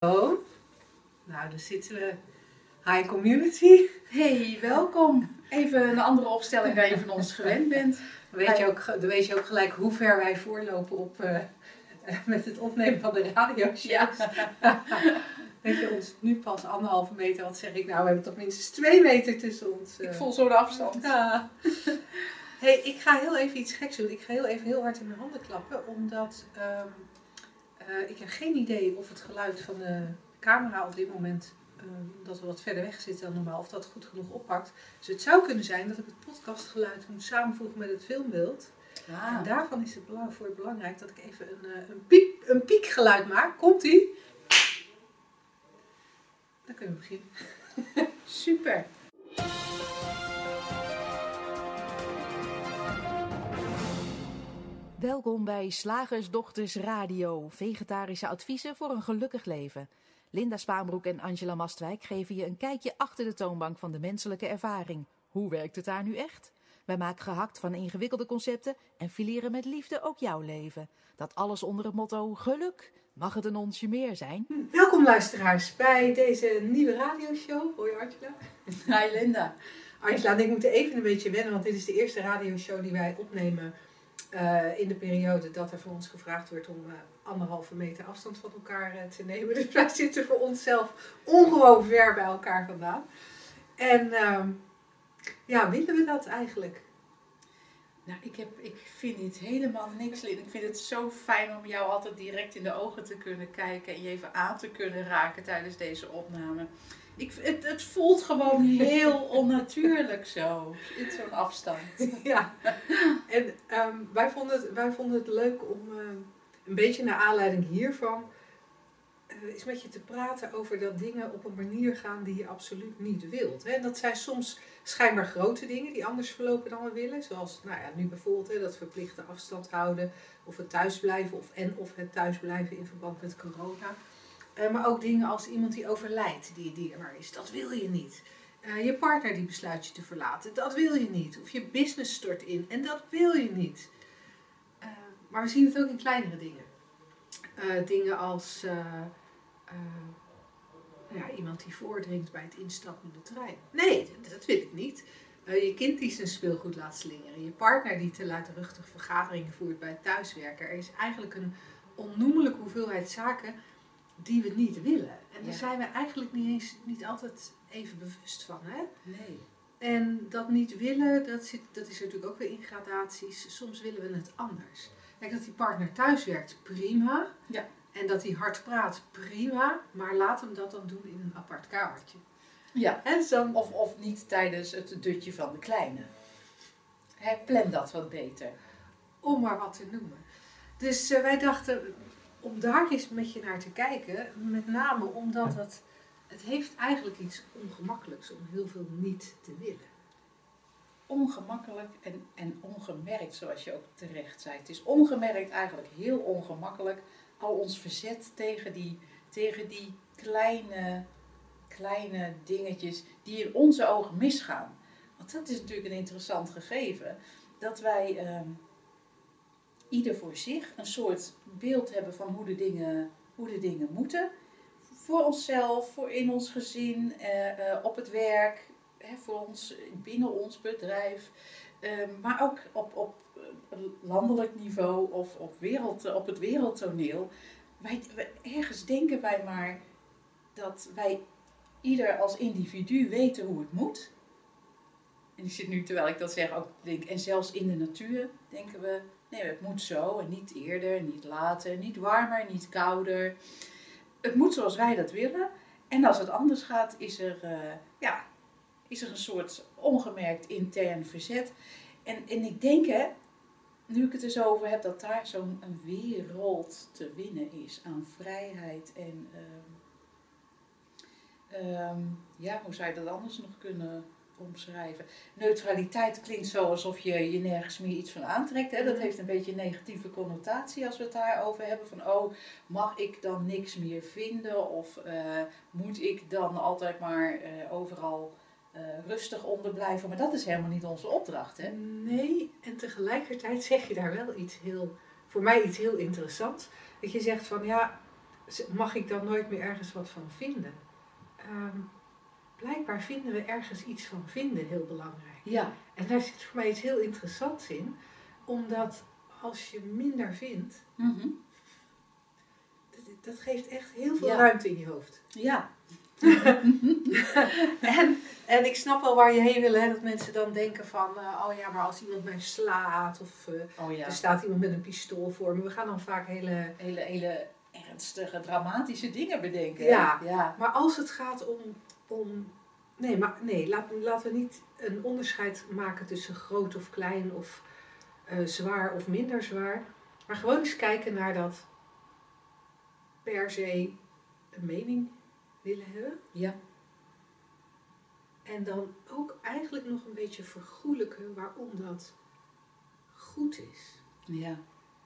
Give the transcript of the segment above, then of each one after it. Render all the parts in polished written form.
Oh, nou, dan zitten we. Hi community. Hey, welkom. Even een andere opstelling dan je van ons gewend bent. Dan weet je ook gelijk hoe ver wij voorlopen op, met het opnemen van de radioshow. Ja. Dat je ons nu pas 1,5 meter, wat zeg ik nou, we hebben toch minstens 2 meter tussen ons. Ik voel zo de afstand. Ja. Hey, ik ga heel even iets geks doen. Ik ga heel hard in mijn handen klappen, omdat ik heb geen idee of het geluid van de camera op dit moment, dat we wat verder weg zitten dan normaal, of dat goed genoeg oppakt. Dus het zou kunnen zijn dat ik het podcastgeluid moet samenvoegen met het filmbeeld. En daarvan is het belangrijk dat ik even een piekgeluid maak. Komt-ie? Dan kunnen we beginnen. Super. Welkom bij Slagersdochters Radio, vegetarische adviezen voor een gelukkig leven. Linda Spaanbroek en Angela Mastwijk geven je een kijkje achter de toonbank van de menselijke ervaring. Hoe werkt het daar nu echt? Wij maken gehakt van ingewikkelde concepten en fileren met liefde ook jouw leven. Dat alles onder het motto geluk. Mag het een onsje meer zijn? Welkom luisteraars bij deze nieuwe radioshow. Hoi Angela. Hi Linda. Angela en ik moeten even een beetje wennen, want dit is de eerste radioshow die wij opnemen in de periode dat er van ons gevraagd wordt om 1,5 meter afstand van elkaar te nemen. Dus wij zitten voor onszelf ongewoon ver bij elkaar vandaan. En willen we dat eigenlijk? Nou, ik vind dit helemaal niks, Linda. Ik vind het zo fijn om jou altijd direct in de ogen te kunnen kijken en je even aan te kunnen raken tijdens deze opname. Het voelt gewoon heel onnatuurlijk zo, in zo'n afstand. Ja, en wij vonden het leuk om een beetje naar aanleiding hiervan eens met je te praten over dat dingen op een manier gaan die je absoluut niet wilt. En dat zijn soms schijnbaar grote dingen die anders verlopen dan we willen. Zoals nu bijvoorbeeld dat verplichte afstand houden of het thuisblijven of het thuisblijven in verband met corona. Maar ook dingen als iemand die overlijdt, die er maar is. Dat wil je niet. Je partner die besluit je te verlaten. Dat wil je niet. Of je business stort in. En dat wil je niet. Maar we zien het ook in kleinere dingen. Dingen als iemand die voordringt bij het instappen in de trein. Nee, dat wil ik niet. Je kind die zijn speelgoed laat slingeren. Je partner die te luidruchtig vergaderingen voert bij het thuiswerken. Er is eigenlijk een onnoemelijke hoeveelheid zaken die we niet willen. En daar zijn we eigenlijk niet altijd even bewust van. Hè? Nee. En dat niet willen, dat is natuurlijk ook weer in gradaties. Soms willen we het anders. Kijk, dat die partner thuis werkt, prima. Ja. En dat hij hard praat, prima. Maar laat hem dat dan doen in een apart kamertje. Ja. En dan, Of niet tijdens het dutje van de kleine. Plan dat wat beter. om maar wat te noemen. Dus wij dachten, om daar eens met je naar te kijken, met name omdat het heeft eigenlijk iets ongemakkelijks om heel veel niet te willen. Ongemakkelijk en ongemerkt, zoals je ook terecht zei. Het is ongemerkt eigenlijk heel ongemakkelijk, al ons verzet tegen die kleine dingetjes die in onze ogen misgaan. Want dat is natuurlijk een interessant gegeven, dat wij ieder voor zich een soort beeld hebben van hoe de dingen moeten. Voor onszelf, voor in ons gezin, op het werk, voor ons, binnen ons bedrijf. Maar ook op landelijk niveau of op het wereldtoneel. Ergens denken wij maar dat wij ieder als individu weten hoe het moet. En ik zit nu, terwijl ik dat zeg, ook denk, en zelfs in de natuur denken we, nee, het moet zo en niet eerder, niet later, niet warmer, niet kouder. Het moet zoals wij dat willen. En als het anders gaat, is er een soort ongemerkt intern verzet. En ik denk, nu ik het er zo over heb, dat daar zo'n wereld te winnen is aan vrijheid en hoe zou je dat anders nog kunnen omschrijven? Neutraliteit klinkt zo alsof je nergens meer iets van aantrekt. Hè? Dat heeft een beetje een negatieve connotatie als we het daarover hebben. Van, mag ik dan niks meer vinden? Of moet ik dan altijd maar overal rustig onder blijven? Maar dat is helemaal niet onze opdracht, hè? Nee, en tegelijkertijd zeg je daar wel voor mij iets heel interessants. Dat je zegt van mag ik dan nooit meer ergens wat van vinden? Blijkbaar vinden we ergens iets van vinden heel belangrijk. Ja. En daar zit voor mij iets heel interessants in. Omdat als je minder vindt, dat geeft echt heel veel ruimte in je hoofd. Ja. en ik snap wel waar je heen wil, hè, dat mensen dan denken van, maar als iemand mij slaat of er staat iemand met een pistool voor me. We gaan dan vaak hele ernstige, dramatische dingen bedenken. Ja. Maar als het gaat om laten we niet een onderscheid maken tussen groot of klein of zwaar of minder zwaar. Maar gewoon eens kijken naar dat per se een mening willen hebben. Ja. En dan ook eigenlijk nog een beetje vergoelijken waarom dat goed is. Ja.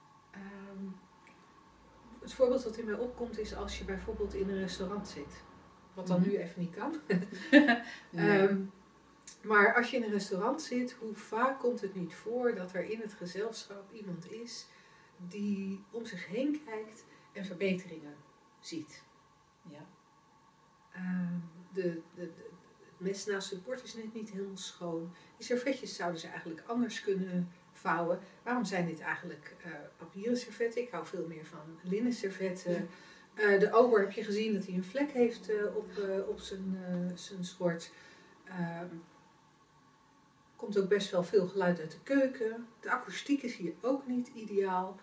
Het voorbeeld wat in mij opkomt is als je bijvoorbeeld in een restaurant zit. Wat dan nu even niet kan. Nee. Maar als je in een restaurant zit, hoe vaak komt het niet voor dat er in het gezelschap iemand is die om zich heen kijkt en verbeteringen ziet. Ja. Het mes naast het bord is net niet helemaal schoon. Die servetjes zouden ze eigenlijk anders kunnen vouwen. Waarom zijn dit eigenlijk papieren servetten? Ik hou veel meer van linnen servetten. De ober heb je gezien dat hij een vlek heeft op zijn schort. Komt ook best wel veel geluid uit de keuken. De akoestiek is hier ook niet ideaal.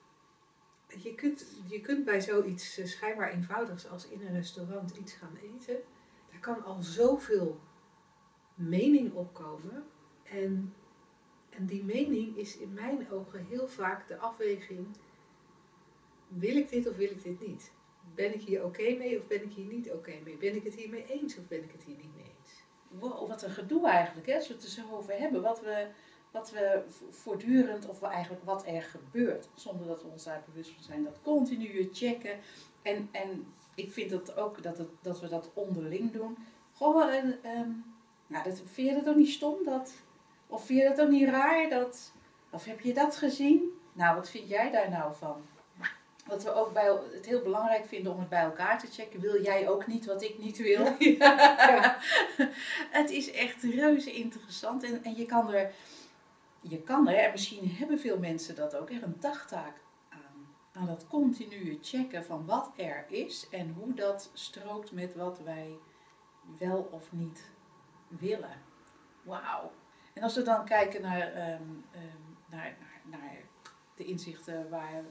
Je kunt bij zoiets schijnbaar eenvoudigs als in een restaurant iets gaan eten. Daar kan al zoveel mening opkomen. En die mening is in mijn ogen heel vaak de afweging. Wil ik dit of wil ik dit niet? Ben ik hier oké mee of ben ik hier niet oké mee? Ben ik het hiermee eens of ben ik het hier niet mee eens? Wow, wat een gedoe eigenlijk, hè, als we het er zo over hebben. Wat we voortdurend, of eigenlijk wat er gebeurt, zonder dat we ons daar bewust van zijn. Dat continu checken. En ik vind dat ook dat we dat onderling doen. Gewoon, vind je dat ook niet stom? Of vind je dat ook niet raar? Of heb je dat gezien? Nou, wat vind jij daar nou van? Wat we ook het heel belangrijk vinden om het bij elkaar te checken. Wil jij ook niet wat ik niet wil? Ja. Het is echt reuze interessant. En je kan er, en misschien hebben veel mensen dat ook, er een dagtaak aan dat continue checken van wat er is. En hoe dat strookt met wat wij wel of niet willen. Wauw. En als we dan kijken naar de inzichten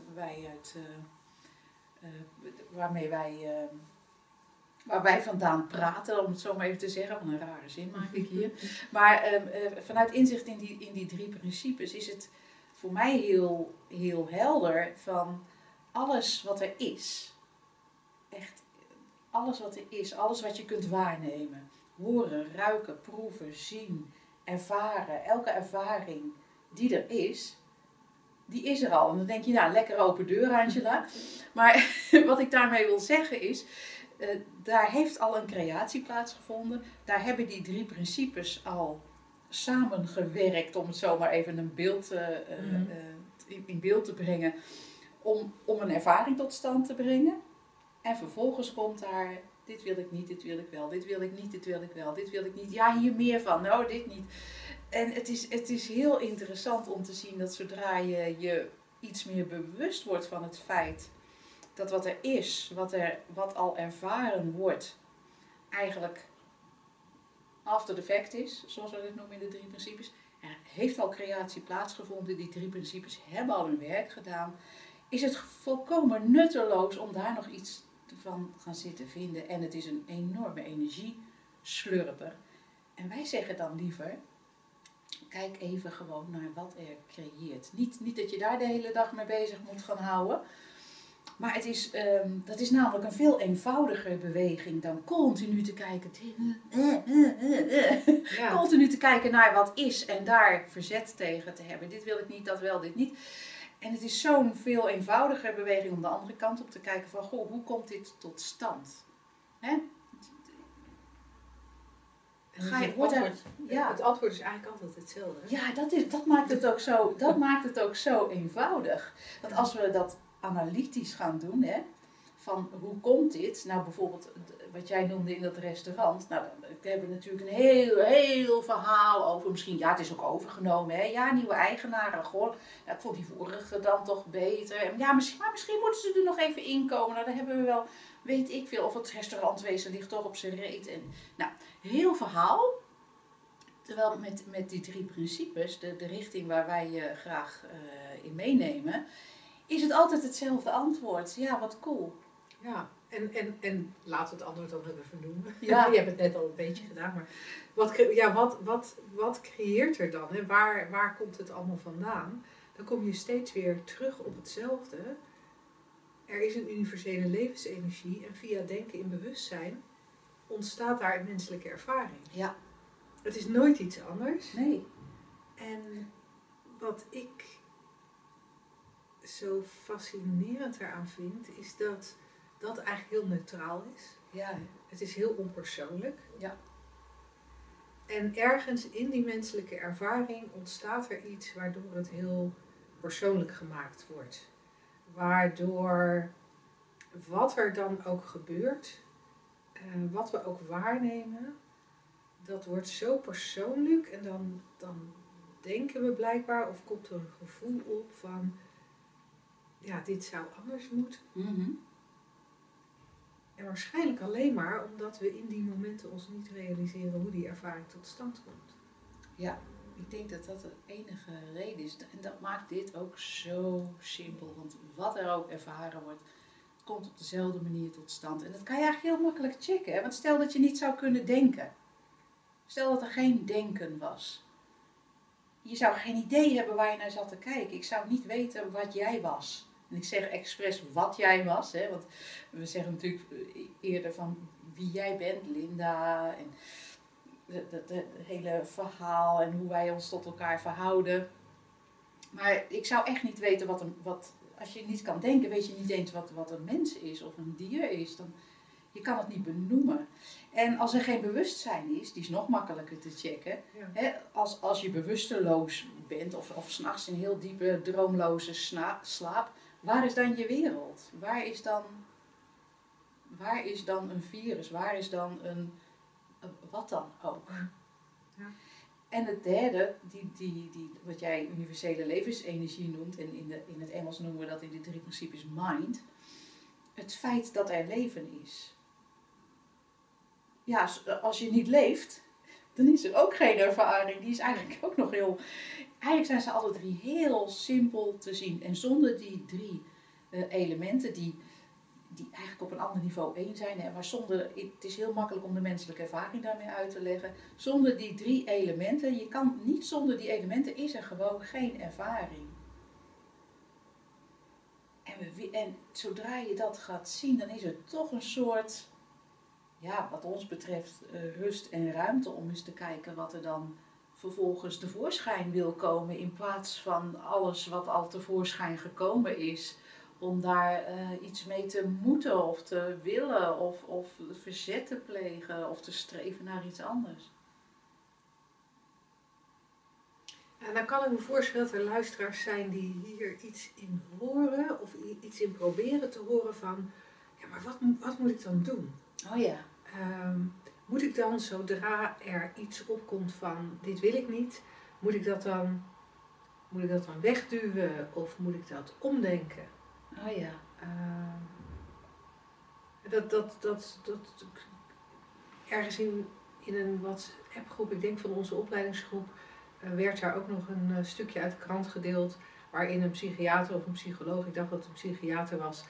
waar wij vandaan praten, om het zo maar even te zeggen, van een rare zin maak ik hier. Maar vanuit inzicht in die 3 principes is het voor mij heel, heel helder van alles wat er is. Echt alles wat er is, alles wat je kunt waarnemen. Horen, ruiken, proeven, zien, ervaren. Elke ervaring die er is, die is er al. En dan denk je, nou, lekker open deur, Angela. Maar wat ik daarmee wil zeggen is, daar heeft al een creatie plaatsgevonden. Daar hebben die 3 principes al samengewerkt, om het zo maar even in beeld te brengen, om een ervaring tot stand te brengen. En vervolgens komt daar, dit wil ik niet, dit wil ik wel, dit wil ik niet, dit wil ik wel, dit wil ik niet. Ja, hier meer van, nou, dit niet. En het is heel interessant om te zien dat zodra je iets meer bewust wordt van het feit dat wat er is, wat al ervaren wordt, eigenlijk after the fact is, zoals we dit noemen in de 3 principes. Er heeft al creatie plaatsgevonden, die 3 principes hebben al hun werk gedaan. Is het volkomen nutteloos om daar nog iets van gaan zitten vinden. En het is een enorme energieslurper. En wij zeggen dan liever, kijk even gewoon naar wat er creëert. Niet dat je daar de hele dag mee bezig moet gaan houden. Maar dat is namelijk een veel eenvoudiger beweging dan continu te kijken. Ja. Continu te kijken naar wat is en daar verzet tegen te hebben. Dit wil ik niet, dat wel, dit niet. En het is zo'n veel eenvoudiger beweging om de andere kant op te kijken van, goh, hoe komt dit tot stand? Hè? Het antwoord is eigenlijk altijd hetzelfde. Ja, dat maakt het ook zo eenvoudig. Want als we dat analytisch gaan doen, hè, van hoe komt dit? Nou, bijvoorbeeld wat jij noemde in dat restaurant. Nou, we hebben natuurlijk een heel verhaal over. Misschien, ja, het is ook overgenomen. Hè? Ja, nieuwe eigenaren. Goh, ja, ik vond die vorige dan toch beter. En ja, misschien moeten ze er nog even inkomen. Nou, dan hebben we wel, weet ik veel. Of het restaurantwezen ligt toch op zijn reet. En, nou, heel verhaal. Terwijl met die 3 principes, de richting waar wij je graag in meenemen, is het altijd hetzelfde antwoord. Ja, wat cool. Ja, en laten we het antwoord dan even vernoemen. Ja. Je hebt het net al een beetje gedaan, maar wat creëert er dan? Hè? Waar komt het allemaal vandaan? Dan kom je steeds weer terug op hetzelfde. Er is een universele levensenergie en via denken in bewustzijn ontstaat daar een menselijke ervaring. Ja. Het is nooit iets anders. Nee. En wat ik zo fascinerend eraan vind, is dat dat eigenlijk heel neutraal is. Ja. Het is heel onpersoonlijk. Ja. En ergens in die menselijke ervaring ontstaat er iets waardoor het heel persoonlijk gemaakt wordt. Waardoor wat er dan ook gebeurt, wat we ook waarnemen, dat wordt zo persoonlijk en dan denken we blijkbaar of komt er een gevoel op van, ja, dit zou anders moeten. Mm-hmm. En waarschijnlijk alleen maar omdat we in die momenten ons niet realiseren hoe die ervaring tot stand komt. Ja, ik denk dat dat de enige reden is. En dat maakt dit ook zo simpel. Want wat er ook ervaren wordt, komt op dezelfde manier tot stand. En dat kan je eigenlijk heel makkelijk checken. Hè? Want stel dat je niet zou kunnen denken. Stel dat er geen denken was. Je zou geen idee hebben waar je naar zat te kijken. Ik zou niet weten wat jij was. En ik zeg expres wat jij was. Hè? Want we zeggen natuurlijk eerder van wie jij bent, Linda. En het hele verhaal en hoe wij ons tot elkaar verhouden. Maar ik zou echt niet weten wat als je niet kan denken, weet je niet eens wat een mens is of een dier is. Je kan het niet benoemen. En als er geen bewustzijn is, die is nog makkelijker te checken. Ja. Hè, als je bewusteloos bent of 's nachts in heel diepe droomloze slaap, waar is dan je wereld? Waar is dan een virus? Waar is dan een wat dan ook? Ja. En het derde, wat jij universele levensenergie noemt, en in het Engels noemen we dat in de 3 principes mind. Het feit dat er leven is. Ja, als je niet leeft, dan is er ook geen ervaring. Die is eigenlijk ook nog heel... Eigenlijk zijn ze alle 3 heel simpel te zien. En zonder die 3 elementen die eigenlijk op een ander niveau 1 zijn. Hè, maar het is heel makkelijk om de menselijke ervaring daarmee uit te leggen. Zonder die 3 elementen, je kan niet zonder die elementen, is er gewoon geen ervaring. En zodra je dat gaat zien, dan is er toch een soort, ja, wat ons betreft, rust en ruimte om eens te kijken wat er dan vervolgens tevoorschijn wil komen. In plaats van alles wat al tevoorschijn gekomen is, om daar iets mee te moeten of te willen of verzet te plegen of te streven naar iets anders. En dan kan ik me voorstellen dat er luisteraars zijn die hier iets in horen of iets in proberen te horen van, ja, maar wat moet ik dan doen? Oh ja. Moet ik dan, zodra er iets opkomt van, dit wil ik niet, moet ik dat dan wegduwen of moet ik dat omdenken? Oh ja. Dat ergens in een WhatsApp-groep, ik denk van onze opleidingsgroep, werd daar ook nog een stukje uit de krant gedeeld waarin een psychiater of een psycholoog, ik dacht dat het een psychiater was,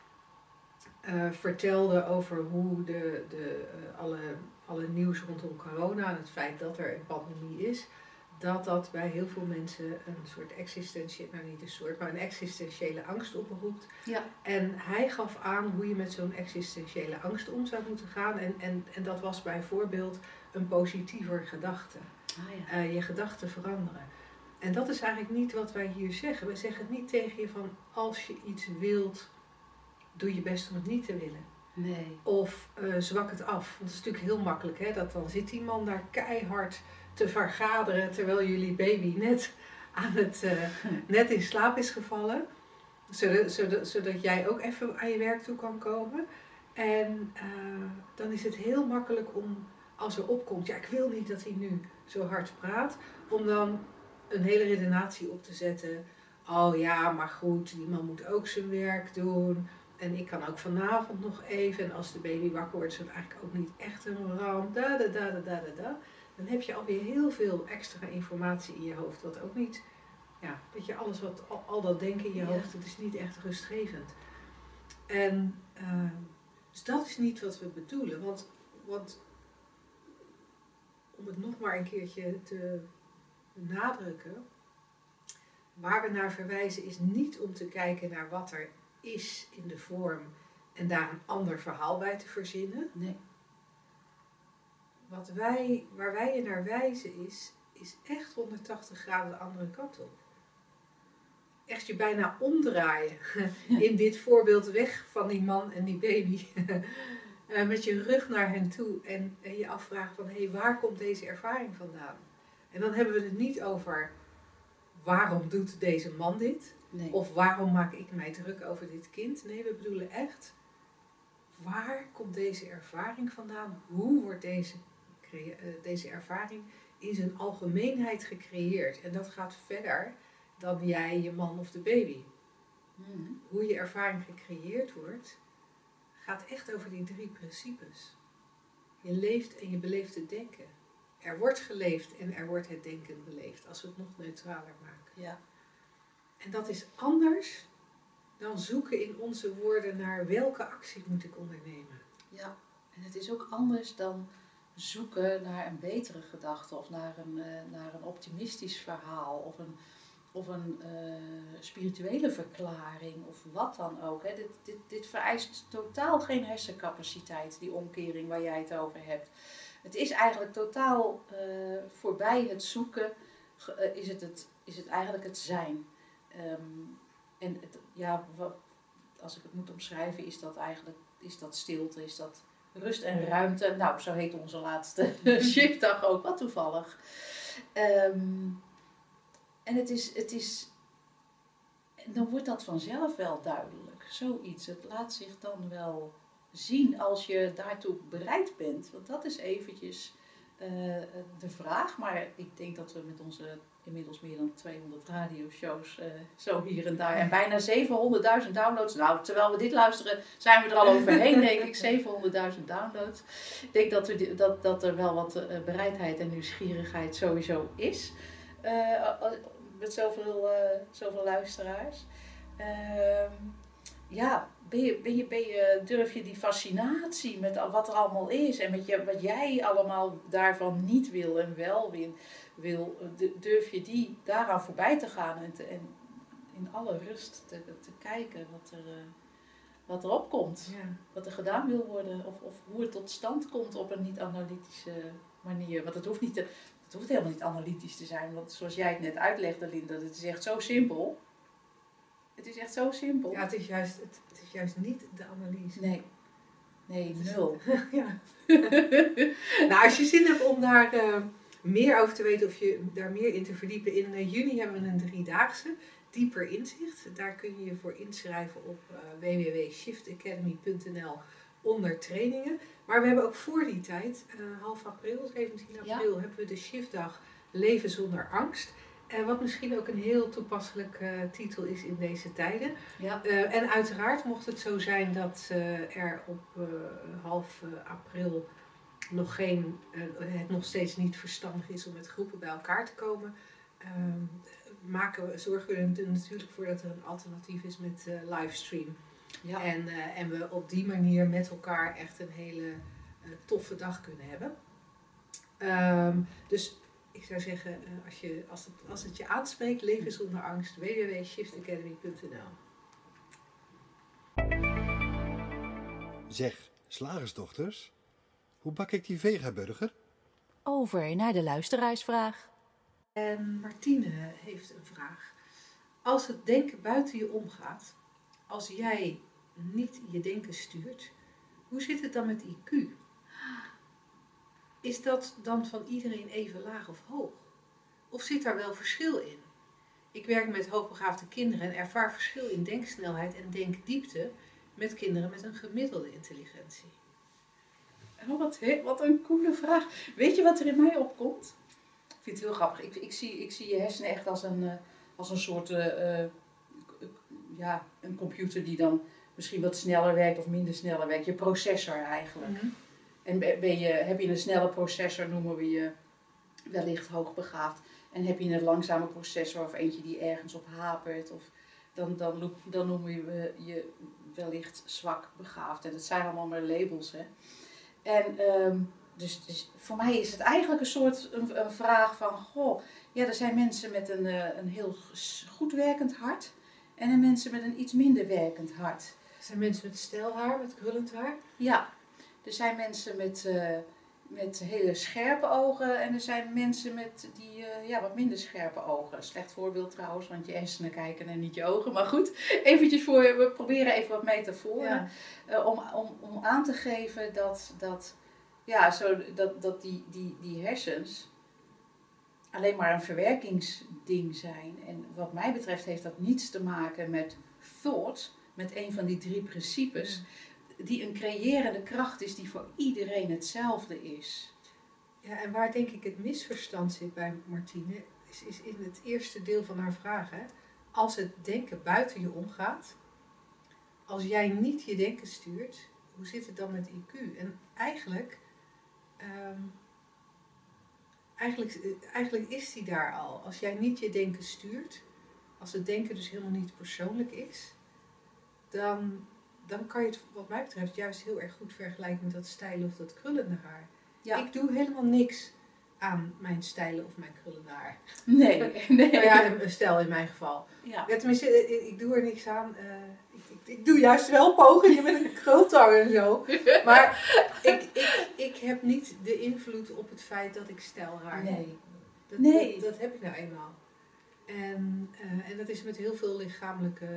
vertelde over hoe alle nieuws rondom corona en het feit dat er een pandemie is, dat bij heel veel mensen een soort een existentiële angst oproept. Ja. En hij gaf aan hoe je met zo'n existentiële angst om zou moeten gaan. En dat was bijvoorbeeld een positiever gedachte. Oh ja. Je gedachten veranderen. En dat is eigenlijk niet wat wij hier zeggen. We zeggen niet tegen je van, als je iets wilt, doe je best om het niet te willen. Nee. Of zwak het af. Want het is natuurlijk heel makkelijk, hè? Dat dan zit die man daar keihard te vergaderen terwijl jullie baby net in slaap is gevallen. Zodat jij ook even aan je werk toe kan komen. En dan is het heel makkelijk om, als er opkomt, ja, ik wil niet dat hij nu zo hard praat, om dan een hele redenatie op te zetten. Oh ja, maar goed, die man moet ook zijn werk doen. En ik kan ook vanavond nog even. En als de baby wakker wordt, is het eigenlijk ook niet echt een ramp. Dan heb je alweer heel veel extra informatie in je hoofd, wat ook niet... Ja, dat je alles al dat denken in je hoofd, dat is niet echt rustgevend. En dus dat is niet wat we bedoelen. Want om het nog maar een keertje te benadrukken, waar we naar verwijzen is niet om te kijken naar wat er is in de vorm en daar een ander verhaal bij te verzinnen. Nee. Waar wij je naar wijzen is echt 180 graden de andere kant op. Echt je bijna omdraaien. In dit voorbeeld weg van die man en die baby. Met je rug naar hen toe. En je afvragen van, hé, waar komt deze ervaring vandaan? En dan hebben we het niet over, waarom doet deze man dit? Nee. Of waarom maak ik mij druk over dit kind? Nee, we bedoelen echt, waar komt deze ervaring vandaan? Hoe wordt deze ervaring in zijn algemeenheid gecreëerd? En dat gaat verder dan jij, je man of de baby. Hoe je ervaring gecreëerd wordt, gaat echt over die 3 principes. Je leeft en je beleeft het denken. Er wordt geleefd en er wordt het denken beleefd, als we het nog neutraler maken. Ja. En dat is anders dan zoeken in onze woorden naar welke actie moet ik ondernemen. Ja, en het is ook anders dan zoeken naar een betere gedachte of naar een optimistisch verhaal of een spirituele verklaring of wat dan ook. Hè. Dit vereist totaal geen hersencapaciteit, die omkering waar jij het over hebt. Het is eigenlijk totaal voorbij het zoeken, is het eigenlijk het zijn. En als ik het moet omschrijven, is dat stilte, is dat rust en ruimte. Nou, zo heet onze laatste shiftdag ook, wat toevallig. En dan wordt dat vanzelf wel duidelijk, zoiets. Het laat zich dan wel zien als je daartoe bereid bent. Want dat is eventjes de vraag. Maar ik denk dat we met onze inmiddels meer dan 200 radioshows zo hier en daar. En bijna 700.000 downloads. Nou, terwijl we dit luisteren zijn we er al overheen, denk ik. 700.000 downloads. Ik denk dat er wel wat bereidheid en nieuwsgierigheid sowieso is. Met zoveel luisteraars. Durf je die fascinatie met wat er allemaal is en met wat jij allemaal daarvan niet wil en wel wil, durf je die daaraan voorbij te gaan en in alle rust te kijken wat er opkomt, wat er gedaan wil worden of hoe het tot stand komt op een niet-analytische manier. Want het hoeft helemaal niet analytisch te zijn, want zoals jij het net uitlegde, Linda, het is echt zo simpel. Het is echt zo simpel. Ja, het is juist niet de analyse. Nee, nul. Ja. Nou, als je zin hebt om daar meer over te weten of je daar meer in te verdiepen, in juni hebben we een 3-daagse, dieper inzicht. Daar kun je je voor inschrijven op www.shiftacademy.nl onder trainingen. Maar we hebben ook voor die tijd, half april, 17 april, hebben we de shiftdag Leven zonder angst. Wat misschien ook een heel toepasselijke titel is in deze tijden. Ja. En uiteraard mocht het zo zijn dat er op half april het nog steeds niet verstandig is om met groepen bij elkaar te komen, zorgen we er natuurlijk voor dat er een alternatief is met livestream. Ja. En we op die manier met elkaar echt een hele toffe dag kunnen hebben. Dus ik zou zeggen, als het je aanspreekt, Leven zonder angst, www.shiftacademy.nl. Zeg, slagersdochters, hoe bak ik die vegaburger? Over naar de luisteraarsvraag. En Martine heeft een vraag. Als het denken buiten je omgaat, als jij niet je denken stuurt, hoe zit het dan met IQ? Is dat dan van iedereen even laag of hoog? Of zit daar wel verschil in? Ik werk met hoogbegaafde kinderen en ervaar verschil in denksnelheid en denkdiepte met kinderen met een gemiddelde intelligentie. Oh, wat een coole vraag. Weet je wat er in mij opkomt? Ik vind het heel grappig. Ik zie je hersenen echt als een soort een computer die dan misschien wat sneller werkt of minder sneller werkt. Je processor eigenlijk. Mm-hmm. En heb je een snelle processor, noemen we je wellicht hoogbegaafd. En heb je een langzame processor of eentje die ergens op hapert, of dan noemen we je wellicht zwak begaafd. En dat zijn allemaal maar labels, hè. En dus voor mij is het eigenlijk een soort een vraag van, goh, ja, er zijn mensen met een heel goed werkend hart en er mensen met een iets minder werkend hart. Er zijn mensen met stelhaar, met krullend haar. Ja, er zijn mensen met hele scherpe ogen en er zijn mensen die wat minder scherpe ogen. Slecht voorbeeld trouwens, want je hersenen kijken en niet je ogen. Maar goed, eventjes we proberen even wat metaforen. Ja. Om aan te geven dat die hersens alleen maar een verwerkingsding zijn. En wat mij betreft heeft dat niets te maken met thought, met een van die 3 principes. Ja. Die een creërende kracht is die voor iedereen hetzelfde is. Ja, en waar denk ik het misverstand zit bij Martine, is in het eerste deel van haar vraag. Hè? Als het denken buiten je omgaat, als jij niet je denken stuurt, hoe zit het dan met IQ? En eigenlijk is die daar al. Als jij niet je denken stuurt, als het denken dus helemaal niet persoonlijk is, dan kan je het wat mij betreft juist heel erg goed vergelijken met dat stijlen of dat krullende haar. Ja. Ik doe helemaal niks aan mijn stijlen of mijn krullende haar. Nee. Nou ja, een stijl in mijn geval. Ja. Ja, tenminste, ik doe er niks aan. Ik doe juist wel pogingen met een krultang en zo. Maar ik heb niet de invloed op het feit dat ik stijlhaar heb. Nee. Dat heb ik nou eenmaal. En dat is met heel veel lichamelijke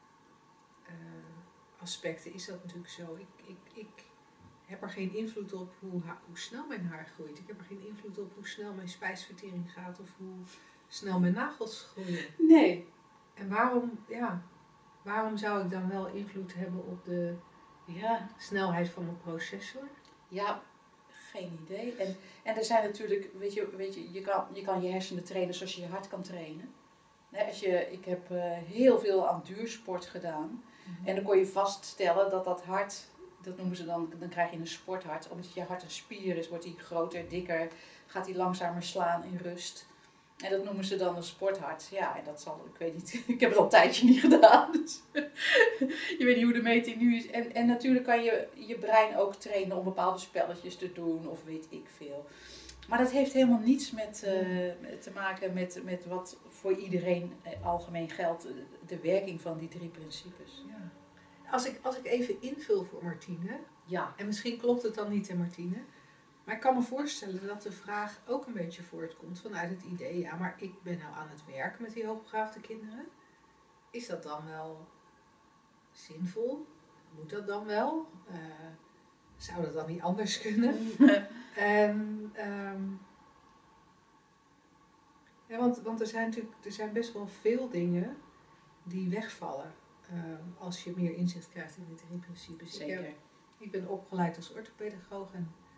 aspecten is dat natuurlijk zo. Ik heb er geen invloed op hoe snel mijn haar groeit. Ik heb er geen invloed op hoe snel mijn spijsvertering gaat of hoe snel mijn nagels groeien. Nee. En waarom zou ik dan wel invloed hebben op de snelheid van mijn processor? Ja, geen idee. En er zijn natuurlijk, weet je, je kan je hersenen trainen zoals je je hart kan trainen. Ik heb heel veel aan duursport gedaan. En dan kon je vaststellen dat hart, dat noemen ze dan krijg je een sporthart. Omdat je hart een spier is, wordt die groter, dikker, gaat die langzamer slaan in rust. En dat noemen ze dan een sporthart. Ja, en dat zal, ik weet niet, ik heb het al een tijdje niet gedaan. Dus je weet niet hoe de meting nu is. En natuurlijk kan je brein ook trainen om bepaalde spelletjes te doen of weet ik veel. Maar dat heeft helemaal niets te maken met wat voor iedereen algemeen geldt, de werking van die 3 principes. Ja. Als ik even invul voor Martine, en misschien klopt het dan niet, Martine, maar ik kan me voorstellen dat de vraag ook een beetje voortkomt vanuit het idee, ja, maar ik ben nou aan het werk met die hoogbegaafde kinderen. Is dat dan wel zinvol? Moet dat dan wel? Zou dat dan niet anders kunnen? Want er zijn best wel veel dingen die wegvallen als je meer inzicht krijgt in die 3 principes. Zeker. Ik ben opgeleid als orthopedagoog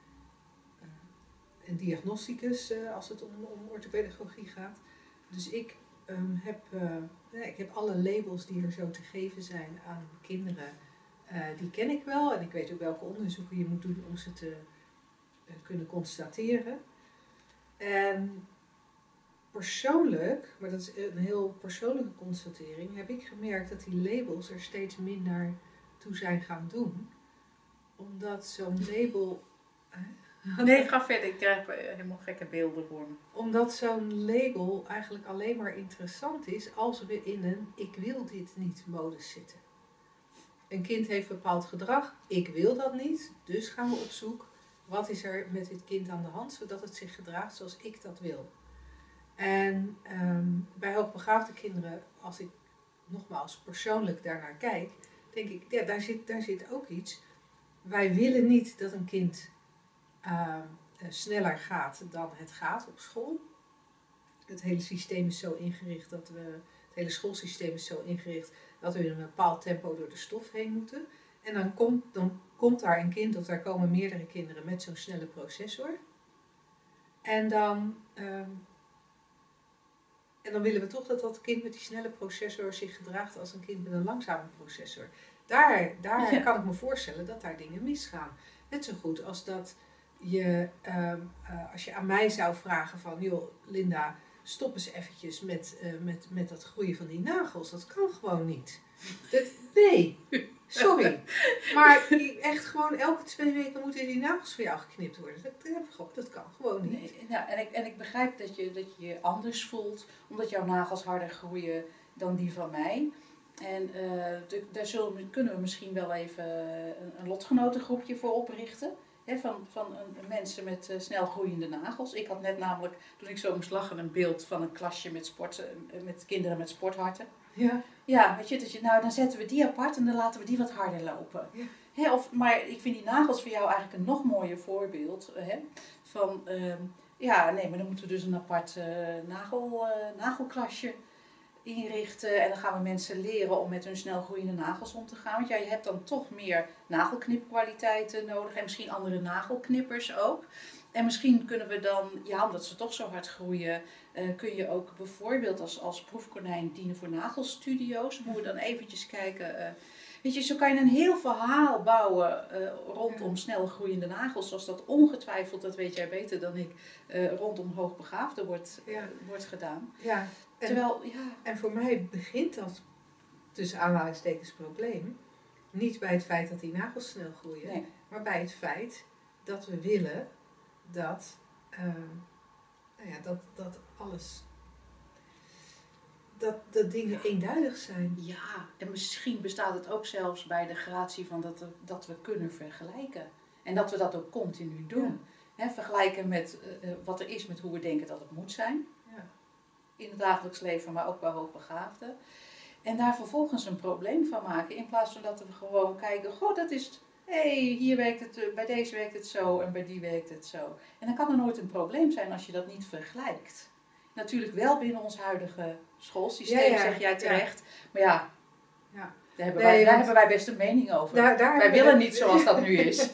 en diagnosticus als het om orthopedagogie gaat. Dus ik heb alle labels die er zo te geven zijn aan kinderen. Die ken ik wel en ik weet ook welke onderzoeken je moet doen om ze te kunnen constateren. En persoonlijk, maar dat is een heel persoonlijke constatering, heb ik gemerkt dat die labels er steeds minder toe zijn gaan doen. Omdat zo'n label... Nee, ga verder. Ik krijg helemaal gekke beelden voor me. Omdat zo'n label eigenlijk alleen maar interessant is als we in een ik wil dit niet modus zitten. Een kind heeft bepaald gedrag, ik wil dat niet, dus gaan we op zoek. Wat is er met dit kind aan de hand, zodat het zich gedraagt zoals ik dat wil. En bij hoogbegaafde kinderen, als ik nogmaals persoonlijk daarnaar kijk, denk ik, ja, daar zit ook iets. Wij willen niet dat een kind sneller gaat dan het gaat op school. het hele systeem is zo ingericht het hele schoolsysteem is zo ingericht dat we in een bepaald tempo door de stof heen moeten. En dan komt daar een kind of daar komen meerdere kinderen met zo'n snelle processor. En dan willen we toch dat kind met die snelle processor zich gedraagt als een kind met een langzame processor. Daar kan ik me voorstellen dat daar dingen misgaan. Net zo goed als dat als je aan mij zou vragen van, joh Linda, stop eens eventjes met dat groeien van die nagels. Dat kan gewoon niet. Nee, sorry. Maar echt gewoon elke 2 weken moeten die nagels voor jou geknipt worden. Dat kan gewoon niet. Nee, nou, en ik begrijp dat je je anders voelt, omdat jouw nagels harder groeien dan die van mij. En daar kunnen we misschien wel even een lotgenotengroepje voor oprichten. Hè, van mensen met snel groeiende nagels. Ik had net namelijk, toen ik zo moest lachen, een beeld van een klasje met kinderen met sportharten. Ja. Ja, weet je, dan zetten we die apart en dan laten we die wat harder lopen. Ja. Hè, maar ik vind die nagels voor jou eigenlijk een nog mooier voorbeeld. Van, maar dan moeten we dus een apart nagelklasje inrichten. En dan gaan we mensen leren om met hun snel groeiende nagels om te gaan. Want ja, je hebt dan toch meer nagelknipkwaliteiten nodig. En misschien andere nagelknippers ook. En misschien kunnen we dan, omdat ze toch zo hard groeien, kun je ook bijvoorbeeld als proefkonijn dienen voor nagelstudio's. Dan moeten we dan eventjes kijken. Weet je, zo kan je een heel verhaal bouwen rondom snel groeiende nagels. Zoals dat ongetwijfeld, dat weet jij beter dan ik, rondom hoogbegaafden wordt gedaan. Ja. En voor mij begint dat, tussen aanhalingstekens, probleem niet bij het feit dat die nagels snel groeien, Nee. maar bij het feit dat we willen dat alles, dat dingen eenduidig zijn. Ja, en misschien bestaat het ook zelfs bij de gratie van dat we kunnen vergelijken. En dat we dat ook continu doen. Ja. Vergelijken met wat er is met hoe we denken dat het moet zijn. Ja. In het dagelijks leven, maar ook bij hoogbegaafden. En daar vervolgens een probleem van maken. In plaats van dat we gewoon kijken, dat is, hier werkt het, bij deze werkt het zo en bij die werkt het zo. En dan kan er nooit een probleem zijn als je dat niet vergelijkt. Natuurlijk wel binnen ons huidige schoolsysteem, zeg jij terecht. Ja. Maar daar hebben wij best een mening over. Wij willen niet zoals dat nu is.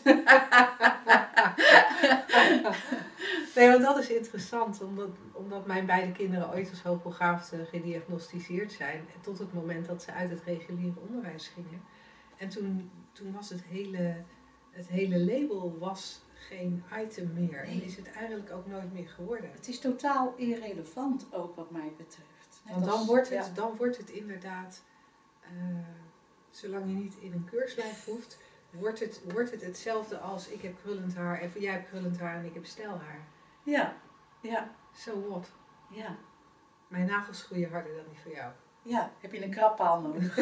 Nee, want dat is interessant, omdat mijn beide kinderen ooit als hoogbegaafd gediagnosticeerd zijn. Tot het moment dat ze uit het reguliere onderwijs gingen. En toen was het hele label was geen item meer. En is het eigenlijk ook nooit meer geworden. Het is totaal irrelevant ook wat mij betreft. Want dan wordt het inderdaad, zolang je niet in een keurslijf hoeft, wordt het hetzelfde als ik heb krullend haar, en jij hebt krullend haar en ik heb stijlhaar. Ja. So what? Ja. Mijn nagels groeien harder dan die voor jou. Ja, heb je een krabpaal nodig?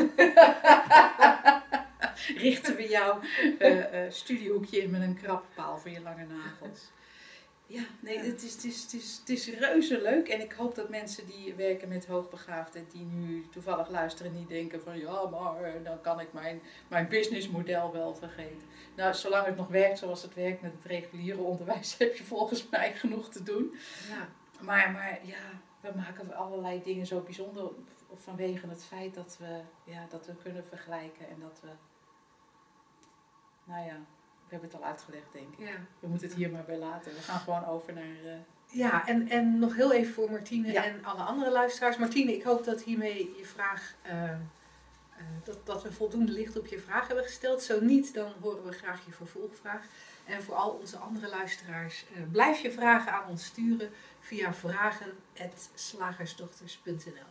Richten we jouw studiehoekje in met een krabpaal voor je lange nagels. Ja, nee, het is reuze leuk. En ik hoop dat mensen die werken met hoogbegaafden, die nu toevallig luisteren, niet denken van maar dan kan ik mijn businessmodel wel vergeten. Nou, zolang het nog werkt zoals het werkt met het reguliere onderwijs, heb je volgens mij genoeg te doen. Ja. Maar we maken allerlei dingen zo bijzonder vanwege het feit dat we kunnen vergelijken en dat we, we hebben het al uitgelegd, denk ik. Ja. We moeten het hier maar bij laten. We gaan gewoon over naar... Ja, en nog heel even voor Martine en alle andere luisteraars. Martine, ik hoop dat hiermee je vraag, dat we voldoende licht op je vraag hebben gesteld. Zo niet, dan horen we graag je vervolgvraag. En voor al onze andere luisteraars, blijf je vragen aan ons sturen via vragen@slagersdochters.nl.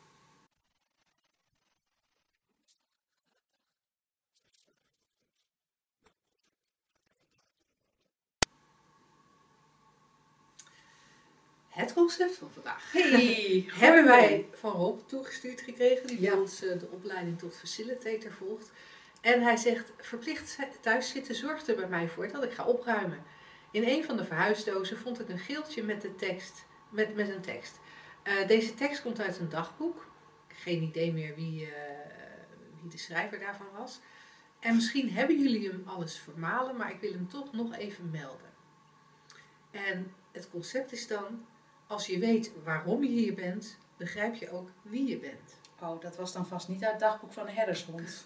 Het concept van vandaag hebben wij van Rob toegestuurd gekregen, die bij ons de opleiding tot facilitator volgt. En hij zegt, verplicht thuis zitten zorgt er bij mij voor dat ik ga opruimen. In een van de verhuisdozen vond ik een geeltje met een tekst. Deze tekst komt uit een dagboek. Geen idee meer wie de schrijver daarvan was. En misschien hebben jullie hem alles vermalen, maar ik wil hem toch nog even melden. En het concept is dan: als je weet waarom je hier bent, begrijp je ook wie je bent. Oh, dat was dan vast niet uit het dagboek van een herdershond.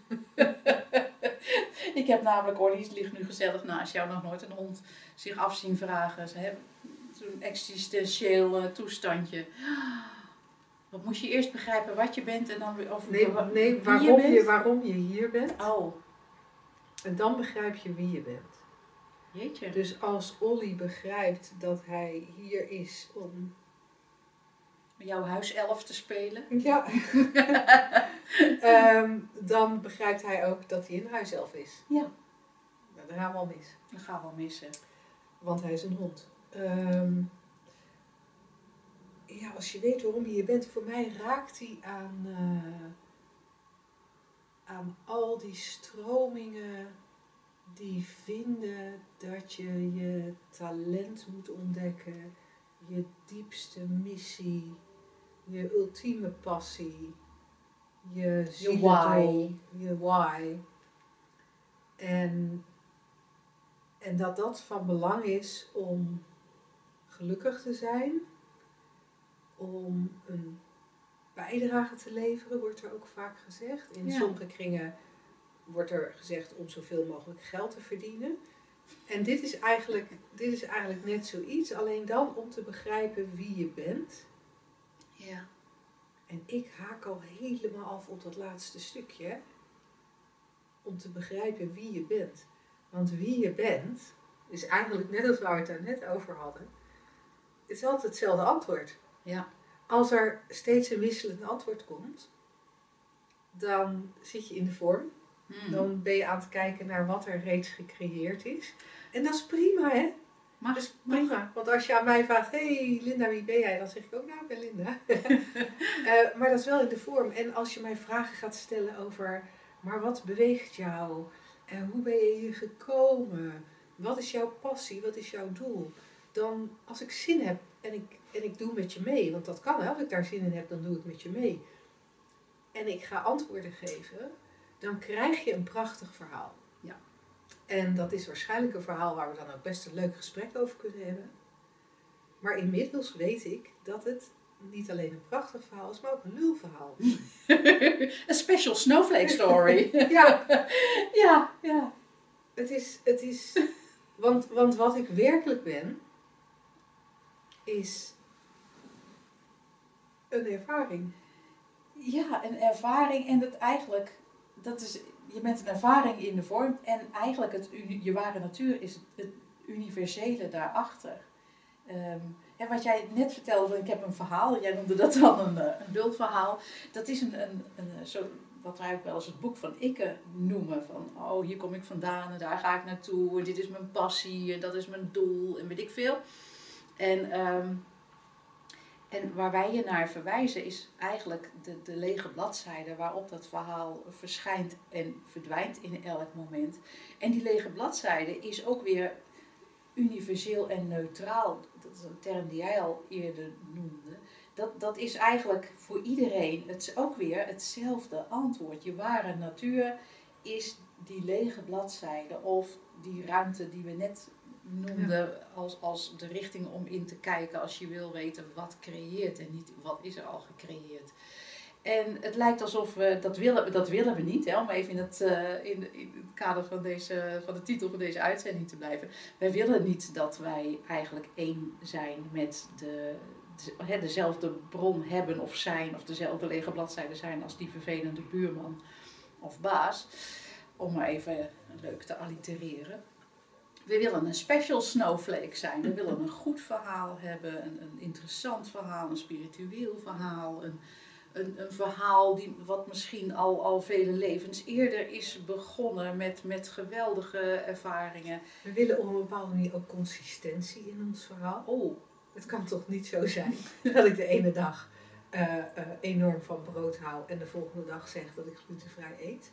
Ik heb namelijk, die ligt nu gezellig naast jou, nog nooit een hond zich af zien vragen. Ze hebben zo'n existentieel toestandje. Wat moest je eerst begrijpen wat je bent en dan weer over Nee, waarom je hier bent. Oh. En dan begrijp je wie je bent. Jeetje. Dus als Olly begrijpt dat hij hier is om jouw huiself te spelen. Ja. Dan begrijpt hij ook dat hij een huiself is. Ja. Dat gaan we al mis. Dat gaan we al missen. Want hij is een hond. Ja, als je weet waarom je hier bent, voor mij raakt hij aan al die stromingen die vinden dat je je talent moet ontdekken, je diepste missie, je ultieme passie, je why. Je why. En dat van belang is om gelukkig te zijn, om een bijdrage te leveren, wordt er ook vaak gezegd. In sommige kringen wordt er gezegd om zoveel mogelijk geld te verdienen. En dit is eigenlijk net zoiets, alleen dan om te begrijpen wie je bent. Ja. En ik haak al helemaal af op dat laatste stukje. Om te begrijpen wie je bent. Want wie je bent, is eigenlijk net als waar we het daar net over hadden. Het is altijd hetzelfde antwoord. Ja. Als er steeds een wisselend antwoord komt, dan zit je in de vorm. Dan ben je aan het kijken naar wat er reeds gecreëerd is. En dat is prima, hè? Dat is prima. Want als je aan mij vraagt, hey Linda, wie ben jij? Dan zeg ik ook, nou, ik ben Linda. Maar dat is wel in de vorm. En als je mij vragen gaat stellen over, maar wat beweegt jou? Hoe ben je hier gekomen? Wat is jouw passie? Wat is jouw doel? Dan, als ik zin heb en ik doe met je mee, want dat kan, hè? Als ik daar zin in heb, dan doe ik met je mee. En ik ga antwoorden geven, dan krijg je een prachtig verhaal. Ja. En dat is waarschijnlijk een verhaal waar we dan ook best een leuk gesprek over kunnen hebben. Maar inmiddels weet ik dat het niet alleen een prachtig verhaal is, maar ook een lulverhaal. Een special snowflake story. Ja. Ja. Het is want wat ik werkelijk ben, is een ervaring. Ja, een ervaring en je bent een ervaring in de vorm en eigenlijk je ware natuur is het universele daarachter. En wat jij net vertelde, ik heb een verhaal, jij noemde dat dan een beeldverhaal. Dat is wat wij ook wel eens het boek van Ikke noemen. Van, oh, hier kom ik vandaan en daar ga ik naartoe en dit is mijn passie en dat is mijn doel en weet ik veel. En waar wij je naar verwijzen is eigenlijk de lege bladzijde waarop dat verhaal verschijnt en verdwijnt in elk moment. En die lege bladzijde is ook weer universeel en neutraal. Dat is een term die jij al eerder noemde. Dat is eigenlijk voor iedereen ook weer hetzelfde antwoord. Je ware natuur is die lege bladzijde of die ruimte die we net noemden als de richting om in te kijken als je wil weten wat creëert en niet wat is er al gecreëerd. En het lijkt alsof we, dat willen we niet, hè, om even in het kader van de titel van deze uitzending te blijven. Wij willen niet dat wij eigenlijk één zijn met dezelfde bron hebben of zijn, of dezelfde lege bladzijde zijn als die vervelende buurman of baas. Om maar even leuk te allitereren. We willen een special snowflake zijn. We willen een goed verhaal hebben, een interessant verhaal, een spiritueel verhaal, een verhaal wat misschien al vele levens eerder is begonnen met geweldige ervaringen. We willen op een bepaalde manier ook consistentie in ons verhaal. Oh. Het kan toch niet zo zijn dat ik de ene dag enorm van brood hou en de volgende dag zeg dat ik glutenvrij eet.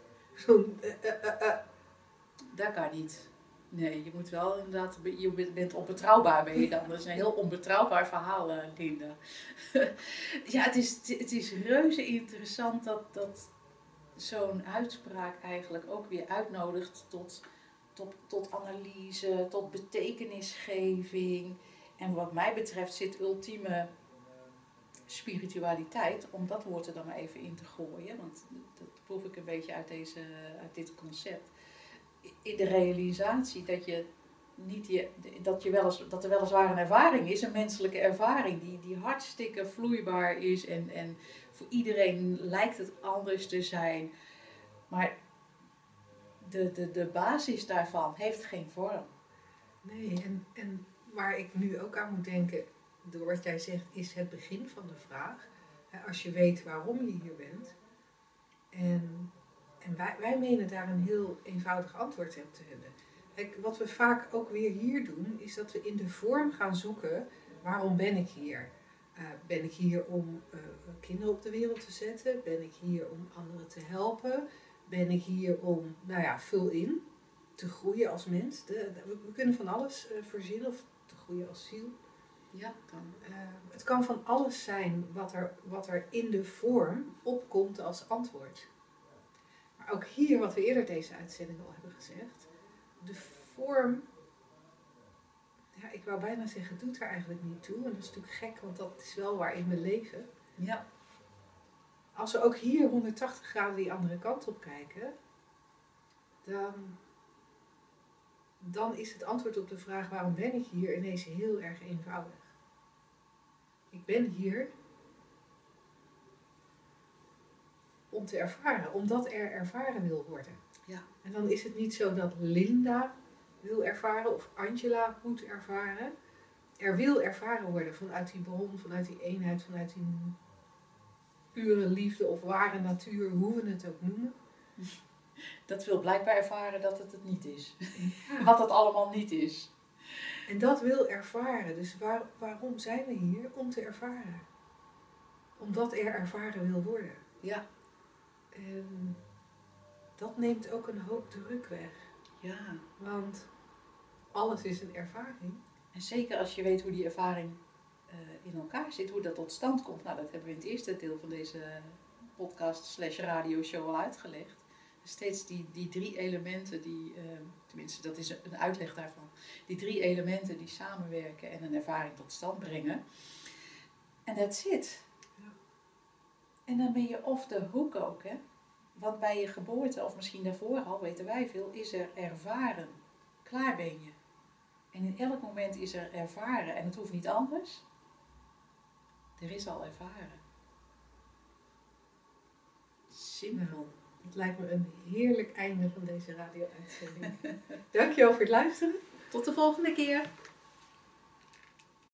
Dat kan niet. Nee, je moet wel inderdaad, je bent onbetrouwbaar ben je dan. Dat is een heel onbetrouwbaar verhaal, Linda. Ja, het is reuze interessant dat zo'n uitspraak eigenlijk ook weer uitnodigt tot analyse, tot betekenisgeving. En wat mij betreft zit ultieme spiritualiteit, om dat woord er dan maar even in te gooien, want dat proef ik een beetje uit dit concept, in de realisatie dat je niet dat er weliswaar een ervaring is, een menselijke ervaring die hartstikke vloeibaar is en voor iedereen lijkt het anders te zijn, maar de basis daarvan heeft geen vorm. Nee, en waar ik nu ook aan moet denken, door wat jij zegt, is het begin van de vraag. Als je weet waarom je hier bent. En wij menen daar een heel eenvoudig antwoord op te hebben. Kijk, wat we vaak ook weer hier doen, is dat we in de vorm gaan zoeken, waarom ben ik hier? Ben ik hier om kinderen op de wereld te zetten? Ben ik hier om anderen te helpen? Ben ik hier om, vul in, te groeien als mens? We kunnen van alles verzinnen, of te groeien als ziel. Ja, kan. Het kan van alles zijn wat er in de vorm opkomt als antwoord. Maar ook hier, wat we eerder deze uitzending al hebben gezegd, de vorm, ja, ik wou bijna zeggen, doet er eigenlijk niet toe. En dat is natuurlijk gek, want dat is wel waarin we leven. Ja. Als we ook hier 180 graden die andere kant op kijken, dan is het antwoord op de vraag waarom ben ik hier ineens heel erg eenvoudig. Ik ben hier om te ervaren, omdat er ervaren wil worden. Ja. En dan is het niet zo dat Linda wil ervaren of Angela moet ervaren. Er wil ervaren worden vanuit die bron, vanuit die eenheid, vanuit die pure liefde of ware natuur, hoe we het ook noemen. Dat wil blijkbaar ervaren dat het niet is. Ja. Wat het allemaal niet is. En dat wil ervaren. Dus waarom zijn we hier? Om te ervaren. Omdat er ervaren wil worden. Ja. En dat neemt ook een hoop druk weg. Ja. Want alles is een ervaring. En zeker als je weet hoe die ervaring in elkaar zit, hoe dat tot stand komt. Nou, dat hebben we in het eerste deel van deze podcast/radioshow al uitgelegd. Steeds die drie elementen, tenminste dat is een uitleg daarvan, die drie elementen die samenwerken en een ervaring tot stand brengen. En that's it. Ja. En dan ben je off the hook ook, hè. Want bij je geboorte, of misschien daarvoor al, weten wij veel, is er ervaren. Klaar ben je. En in elk moment is er ervaren. En het hoeft niet anders. Er is al ervaren. Simpel. Het lijkt me een heerlijk einde van deze radio-uitzending. Dankjewel voor het luisteren. Tot de volgende keer.